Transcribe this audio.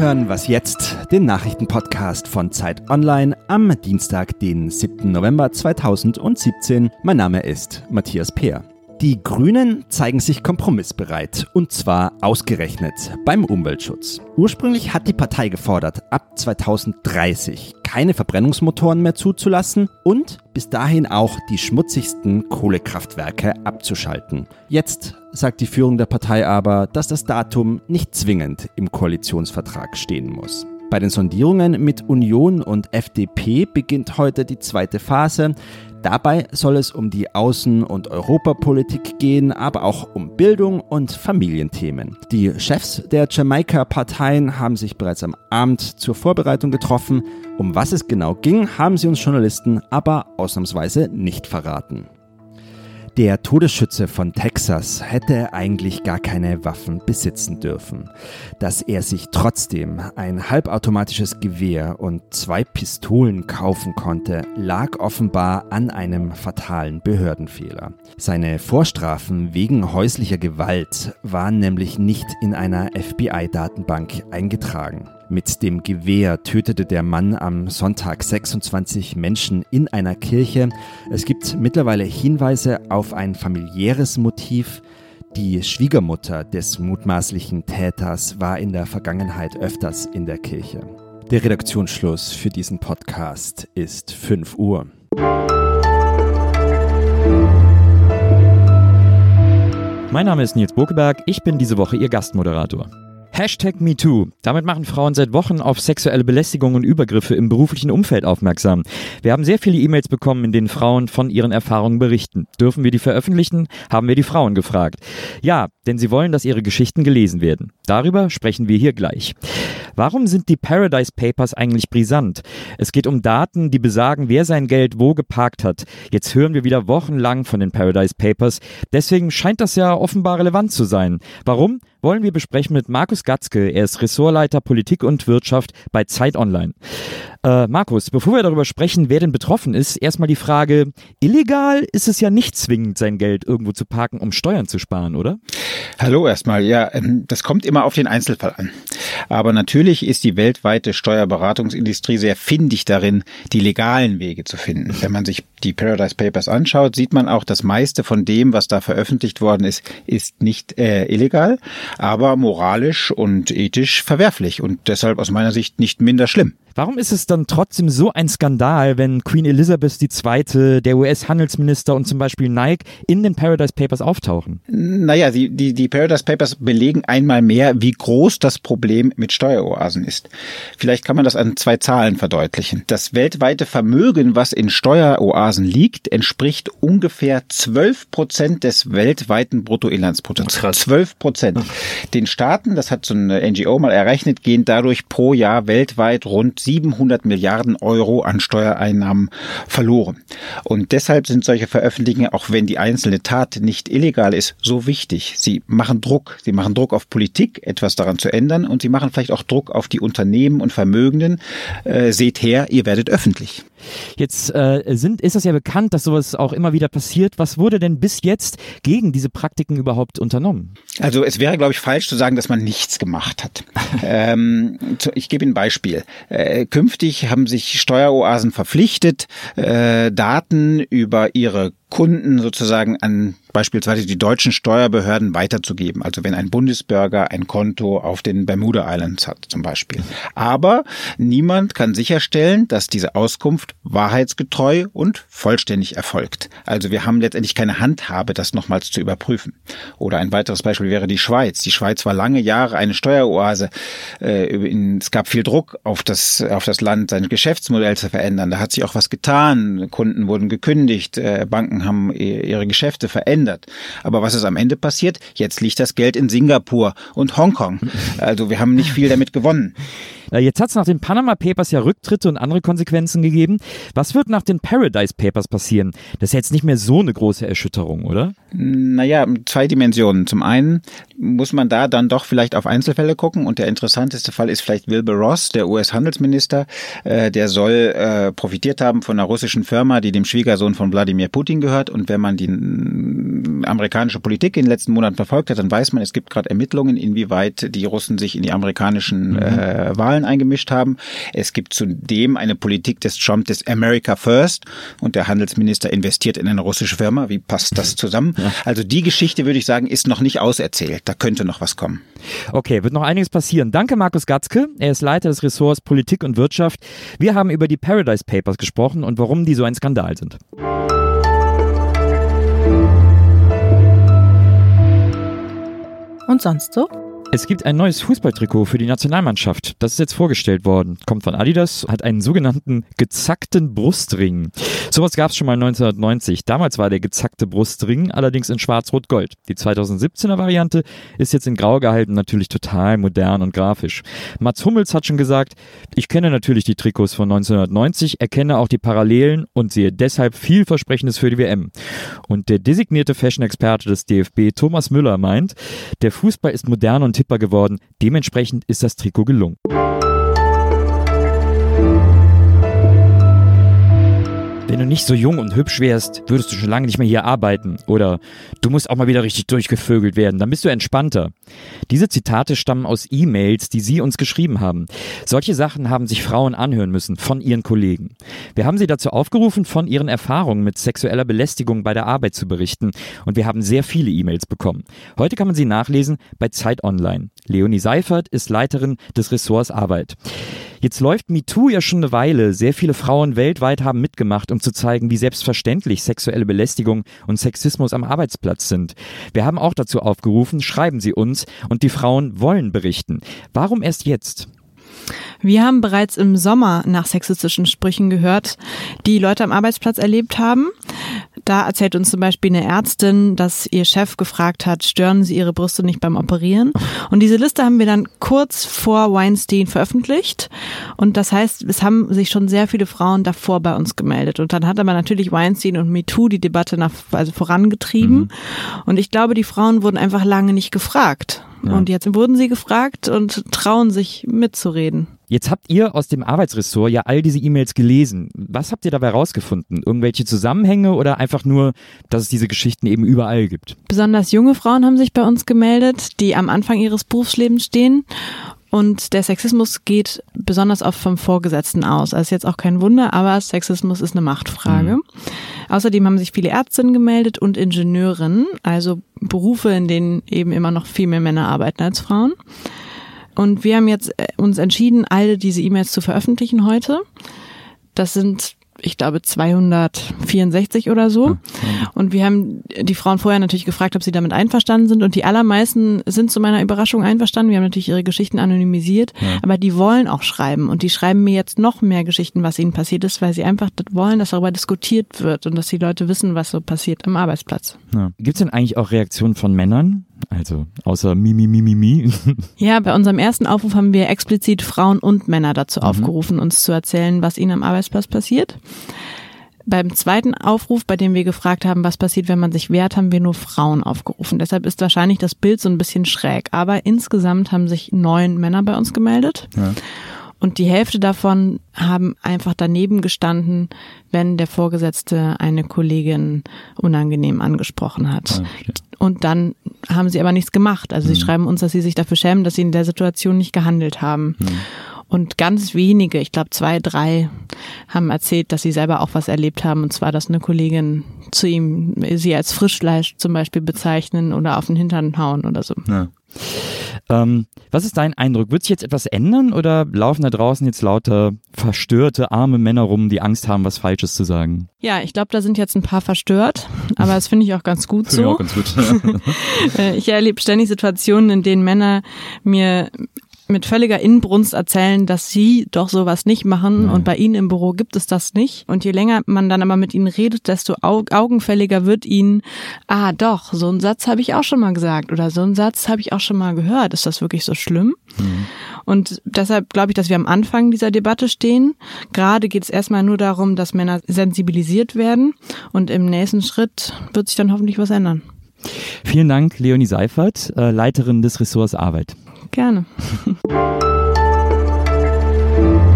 hören Was jetzt?, den Nachrichtenpodcast von Zeit Online am Dienstag, den 7. November 2017. Mein Name ist Matthias Peer. Die Grünen zeigen sich kompromissbereit, und zwar ausgerechnet beim Umweltschutz. Ursprünglich hat die Partei gefordert, ab 2030 keine Verbrennungsmotoren mehr zuzulassen und bis dahin auch die schmutzigsten Kohlekraftwerke abzuschalten. Jetzt sagt die Führung der Partei aber, dass das Datum nicht zwingend im Koalitionsvertrag stehen muss. Bei den Sondierungen mit Union und FDP beginnt heute die zweite Phase. Dabei soll es um die Außen- und Europapolitik gehen, aber auch um Bildung und Familienthemen. Die Chefs der Jamaika-Parteien haben sich bereits am Abend zur Vorbereitung getroffen. Um was es genau ging, haben sie uns Journalisten aber ausnahmsweise nicht verraten. Der Todesschütze von Texas hätte eigentlich gar keine Waffen besitzen dürfen. Dass er sich trotzdem ein halbautomatisches Gewehr und 2 Pistolen kaufen konnte, lag offenbar an einem fatalen Behördenfehler. Seine Vorstrafen wegen häuslicher Gewalt waren nämlich nicht in einer FBI-Datenbank eingetragen. Mit dem Gewehr tötete der Mann am Sonntag 26 Menschen in einer Kirche. Es gibt mittlerweile Hinweise auf ein familiäres Motiv. Die Schwiegermutter des mutmaßlichen Täters war in der Vergangenheit öfters in der Kirche. Der Redaktionsschluss für diesen Podcast ist 5 Uhr. Mein Name ist Nils Bokeberg, ich bin diese Woche Ihr Gastmoderator. #MeToo. Damit machen Frauen seit Wochen auf sexuelle Belästigung und Übergriffe im beruflichen Umfeld aufmerksam. Wir haben sehr viele E-Mails bekommen, in denen Frauen von ihren Erfahrungen berichten. Dürfen wir die veröffentlichen? Haben wir die Frauen gefragt. Ja, denn sie wollen, dass ihre Geschichten gelesen werden. Darüber sprechen wir hier gleich. Warum sind die Paradise Papers eigentlich brisant? Es geht um Daten, die besagen, wer sein Geld wo geparkt hat. Jetzt hören wir wieder wochenlang von den Paradise Papers. Deswegen scheint das ja offenbar relevant zu sein. Warum? Wollen wir besprechen mit Markus Gatzke. Er ist Ressortleiter Politik und Wirtschaft bei Zeit Online. Markus, bevor wir darüber sprechen, wer denn betroffen ist, erstmal die Frage, illegal ist es ja nicht zwingend, sein Geld irgendwo zu parken, um Steuern zu sparen, oder? Hallo erstmal. Ja, das kommt immer auf den Einzelfall an. Aber natürlich ist die weltweite Steuerberatungsindustrie sehr findig darin, die legalen Wege zu finden. Wenn man sich die Paradise Papers anschaut, sieht man auch, das meiste von dem, was da veröffentlicht worden ist, ist nicht illegal, aber moralisch und ethisch verwerflich und deshalb aus meiner Sicht nicht minder schlimm. Warum ist es dann trotzdem so ein Skandal, wenn Queen Elizabeth II., der US-Handelsminister und zum Beispiel Nike in den Paradise Papers auftauchen? Naja, die Paradise Papers belegen einmal mehr, wie groß das Problem mit Steueroasen ist. Vielleicht kann man das an 2 Zahlen verdeutlichen. Das weltweite Vermögen, was in Steueroasen liegt, entspricht ungefähr 12% des weltweiten Bruttoinlandsprodukts. 12%. Den Staaten, das hat so eine NGO mal errechnet, gehen dadurch pro Jahr weltweit rund 700 Milliarden Euro an Steuereinnahmen verloren. Und deshalb sind solche Veröffentlichungen, auch wenn die einzelne Tat nicht illegal ist, so wichtig. Sie machen Druck. Sie machen Druck auf Politik, etwas daran zu ändern, und sie machen vielleicht auch Druck auf die Unternehmen und Vermögenden. Seht her, ihr werdet öffentlich. Jetzt ist es ja bekannt, dass sowas auch immer wieder passiert. Was wurde denn bis jetzt gegen diese Praktiken überhaupt unternommen? Also es wäre, glaube ich, falsch zu sagen, dass man nichts gemacht hat. Ich gebe Ihnen ein Beispiel. Künftig haben sich Steueroasen verpflichtet, Daten über ihre Kunden sozusagen an beispielsweise die deutschen Steuerbehörden weiterzugeben. Also wenn ein Bundesbürger ein Konto auf den Bermuda Islands hat zum Beispiel. Aber niemand kann sicherstellen, dass diese Auskunft wahrheitsgetreu und vollständig erfolgt. Also wir haben letztendlich keine Handhabe, das nochmals zu überprüfen. Oder ein weiteres Beispiel wäre die Schweiz. Die Schweiz war lange Jahre eine Steueroase. Es gab viel Druck auf das Land, sein Geschäftsmodell zu verändern. Da hat sich auch was getan. Kunden wurden gekündigt, Banken haben ihre Geschäfte verändert. Aber was ist am Ende passiert? Jetzt liegt das Geld in Singapur und Hongkong. Also wir haben nicht viel damit gewonnen. Jetzt hat es nach den Panama Papers ja Rücktritte und andere Konsequenzen gegeben. Was wird nach den Paradise Papers passieren? Das ist jetzt nicht mehr so eine große Erschütterung, oder? Naja, 2 Dimensionen. Zum einen muss man da dann doch vielleicht auf Einzelfälle gucken und der interessanteste Fall ist vielleicht Wilbur Ross, der US-Handelsminister. Der soll profitiert haben von einer russischen Firma, die dem Schwiegersohn von Wladimir Putin gehört, und wenn man die amerikanische Politik in den letzten Monaten verfolgt hat, dann weiß man, es gibt gerade Ermittlungen, inwieweit die Russen sich in die amerikanischen Wahlen eingemischt haben. Es gibt zudem eine Politik des Trump des America First und der Handelsminister investiert in eine russische Firma. Wie passt das zusammen? Ja. Also die Geschichte, würde ich sagen, ist noch nicht auserzählt. Da könnte noch was kommen. Okay, wird noch einiges passieren. Danke, Markus Gatzke. Er ist Leiter des Ressorts Politik und Wirtschaft. Wir haben über die Paradise Papers gesprochen und warum die so ein Skandal sind. Und sonst so? Es gibt ein neues Fußballtrikot für die Nationalmannschaft. Das ist jetzt vorgestellt worden. Kommt von Adidas, hat einen sogenannten gezackten Brustring. Sowas gab es schon mal 1990. Damals war der gezackte Brustring allerdings in schwarz-rot-gold. Die 2017er Variante ist jetzt in grau gehalten, natürlich total modern und grafisch. Mats Hummels hat schon gesagt, ich kenne natürlich die Trikots von 1990, erkenne auch die Parallelen und sehe deshalb vielversprechendes für die WM. Und der designierte Fashion-Experte des DFB, Thomas Müller, meint, der Fußball ist modern und tipper geworden. Dementsprechend ist das Trikot gelungen. Wenn du nicht so jung und hübsch wärst, würdest du schon lange nicht mehr hier arbeiten. Oder du musst auch mal wieder richtig durchgevögelt werden. Dann bist du entspannter. Diese Zitate stammen aus E-Mails, die Sie uns geschrieben haben. Solche Sachen haben sich Frauen anhören müssen von ihren Kollegen. Wir haben sie dazu aufgerufen, von ihren Erfahrungen mit sexueller Belästigung bei der Arbeit zu berichten. Und wir haben sehr viele E-Mails bekommen. Heute kann man sie nachlesen bei Zeit Online. Leonie Seifert ist Leiterin des Ressorts Arbeit. Jetzt läuft MeToo ja schon eine Weile. Sehr viele Frauen weltweit haben mitgemacht, um zu zeigen, wie selbstverständlich sexuelle Belästigung und Sexismus am Arbeitsplatz sind. Wir haben auch dazu aufgerufen, schreiben Sie uns, und die Frauen wollen berichten. Warum erst jetzt? Wir haben bereits im Sommer nach sexistischen Sprüchen gehört, die Leute am Arbeitsplatz erlebt haben. Da erzählt uns zum Beispiel eine Ärztin, dass ihr Chef gefragt hat, stören Sie Ihre Brüste nicht beim Operieren? Und diese Liste haben wir dann kurz vor Weinstein veröffentlicht. Und das heißt, es haben sich schon sehr viele Frauen davor bei uns gemeldet. Und dann hat aber natürlich Weinstein und MeToo die Debatte vorangetrieben. Und ich glaube, die Frauen wurden einfach lange nicht gefragt. Ja. Und jetzt wurden sie gefragt und trauen sich mitzureden. Jetzt habt ihr aus dem Arbeitsressort ja all diese E-Mails gelesen. Was habt ihr dabei rausgefunden? Irgendwelche Zusammenhänge oder einfach nur, dass es diese Geschichten eben überall gibt? Besonders junge Frauen haben sich bei uns gemeldet, die am Anfang ihres Berufslebens stehen. Und der Sexismus geht besonders oft vom Vorgesetzten aus. Also ist jetzt auch kein Wunder, aber Sexismus ist eine Machtfrage. Außerdem haben sich viele Ärztinnen gemeldet und Ingenieurinnen, also Berufe, in denen eben immer noch viel mehr Männer arbeiten als Frauen. Und wir haben jetzt uns entschieden, all diese E-Mails zu veröffentlichen heute. Das sind, ich glaube, 264 oder so. Und wir haben die Frauen vorher natürlich gefragt, ob sie damit einverstanden sind. Und die allermeisten sind zu meiner Überraschung einverstanden. Wir haben natürlich ihre Geschichten anonymisiert. Ja. Aber die wollen auch schreiben. Und die schreiben mir jetzt noch mehr Geschichten, was ihnen passiert ist, weil sie einfach wollen, dass darüber diskutiert wird und dass die Leute wissen, was so passiert am Arbeitsplatz. Ja. Gibt es denn eigentlich auch Reaktionen von Männern? Also außer Mi. Ja, bei unserem ersten Aufruf haben wir explizit Frauen und Männer dazu aufgerufen, uns zu erzählen, was ihnen am Arbeitsplatz passiert. Beim zweiten Aufruf, bei dem wir gefragt haben, was passiert, wenn man sich wehrt, haben wir nur Frauen aufgerufen. Deshalb ist wahrscheinlich das Bild so ein bisschen schräg. Aber insgesamt haben sich 9 Männer bei uns gemeldet. Ja. Und die Hälfte davon haben einfach daneben gestanden, wenn der Vorgesetzte eine Kollegin unangenehm angesprochen hat. Ja, und dann haben sie aber nichts gemacht. Also sie schreiben uns, dass sie sich dafür schämen, dass sie in der Situation nicht gehandelt haben. Und ganz wenige, ich glaube 2, 3, haben erzählt, dass sie selber auch was erlebt haben. Und zwar, dass eine Kollegin zu ihm sie als Frischfleisch zum Beispiel bezeichnen oder auf den Hintern hauen oder so. Ja. Was ist dein Eindruck? Wird sich jetzt etwas ändern oder laufen da draußen jetzt lauter verstörte, arme Männer rum, die Angst haben, was Falsches zu sagen? Ja, ich glaube, da sind jetzt ein paar verstört, aber das finde ich auch ganz gut so. Auch ganz gut. Ich erlebe ständig Situationen, in denen Männer mir mit völliger Inbrunst erzählen, dass sie doch sowas nicht machen und bei ihnen im Büro gibt es das nicht. Und je länger man dann aber mit ihnen redet, desto augenfälliger wird ihnen, doch, so einen Satz habe ich auch schon mal gesagt oder so einen Satz habe ich auch schon mal gehört. Ist das wirklich so schlimm? Und deshalb glaube ich, dass wir am Anfang dieser Debatte stehen. Gerade geht es erstmal nur darum, dass Männer sensibilisiert werden und im nächsten Schritt wird sich dann hoffentlich was ändern. Vielen Dank, Leonie Seifert, Leiterin des Ressorts Arbeit. Gerne.